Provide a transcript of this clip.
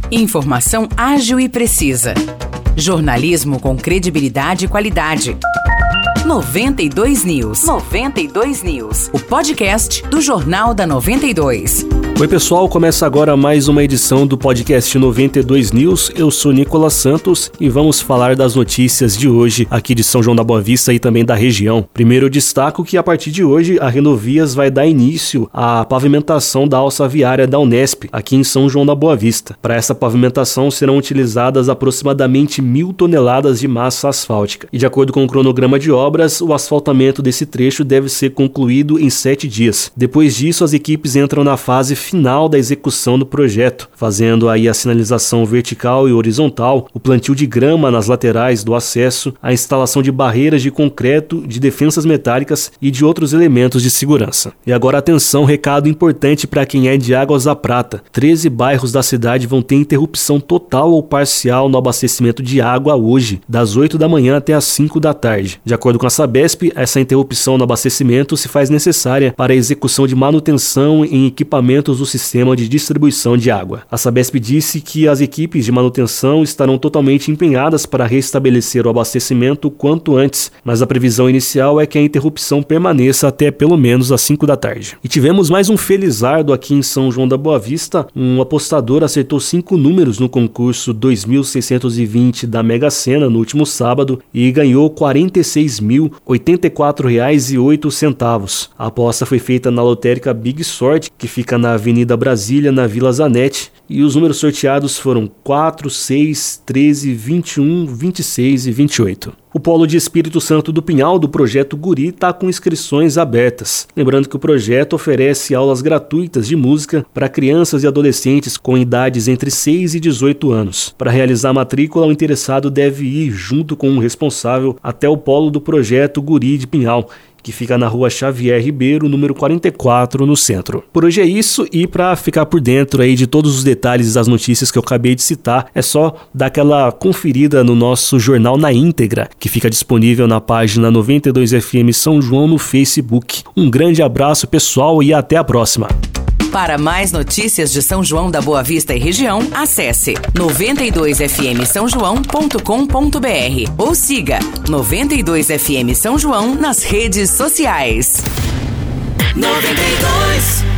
Informação ágil e precisa. Jornalismo com credibilidade e qualidade. 92 News. 92 News. O podcast do Jornal da 92. Oi pessoal, começa agora mais uma edição do podcast 92 News. Eu sou Nicolas Santos e vamos falar das notícias de hoje aqui de São João da Boa Vista e também da região. Primeiro eu destaco que a partir de hoje a Renovias vai dar início à pavimentação da alça viária da Unesp aqui em São João da Boa Vista. Para essa pavimentação serão utilizadas aproximadamente 1.000 toneladas de massa asfáltica e de acordo com o cronograma de obras, o asfaltamento desse trecho deve ser concluído em 7 dias. Depois disso, as equipes entram na fase final da execução do projeto, fazendo aí a sinalização vertical e horizontal, o plantio de grama nas laterais do acesso, a instalação de barreiras de concreto, de defensas metálicas e de outros elementos de segurança. E agora atenção, recado importante para quem é de Águas da Prata. 13 bairros da cidade vão ter interrupção total ou parcial no abastecimento de água hoje, das 8 da manhã até as 5 da tarde. De acordo com a Sabesp, essa interrupção no abastecimento se faz necessária para a execução de manutenção em equipamentos do sistema de distribuição de água. A Sabesp disse que as equipes de manutenção estarão totalmente empenhadas para restabelecer o abastecimento o quanto antes, mas a previsão inicial é que a interrupção permaneça até pelo menos às 5 da tarde. E tivemos mais um felizardo aqui em São João da Boa Vista. Um apostador acertou 5 números no concurso 2.620 da Mega Sena no último sábado e ganhou R$ 46.084,08. A aposta foi feita na lotérica Big Sorte, que fica na Avenida Brasília, na Vila Zanetti, e os números sorteados foram 4, 6, 13, 21, 26 e 28. O Polo de Espírito Santo do Pinhal do Projeto Guri está com inscrições abertas. Lembrando que o projeto oferece aulas gratuitas de música para crianças e adolescentes com idades entre 6 e 18 anos. Para realizar a matrícula, o interessado deve ir junto com um responsável até o Polo do Projeto Guri de Pinhal, que fica na rua Xavier Ribeiro, número 44, no centro. Por hoje é isso, e para ficar por dentro aí de todos os detalhes das notícias que eu acabei de citar, é só dar aquela conferida no nosso jornal na íntegra, que fica disponível na página 92FM São João no Facebook. Um grande abraço, pessoal, e até a próxima! Para mais notícias de São João da Boa Vista e região, acesse 92fmsaojão.com.br ou siga 92FM São João nas redes sociais. 92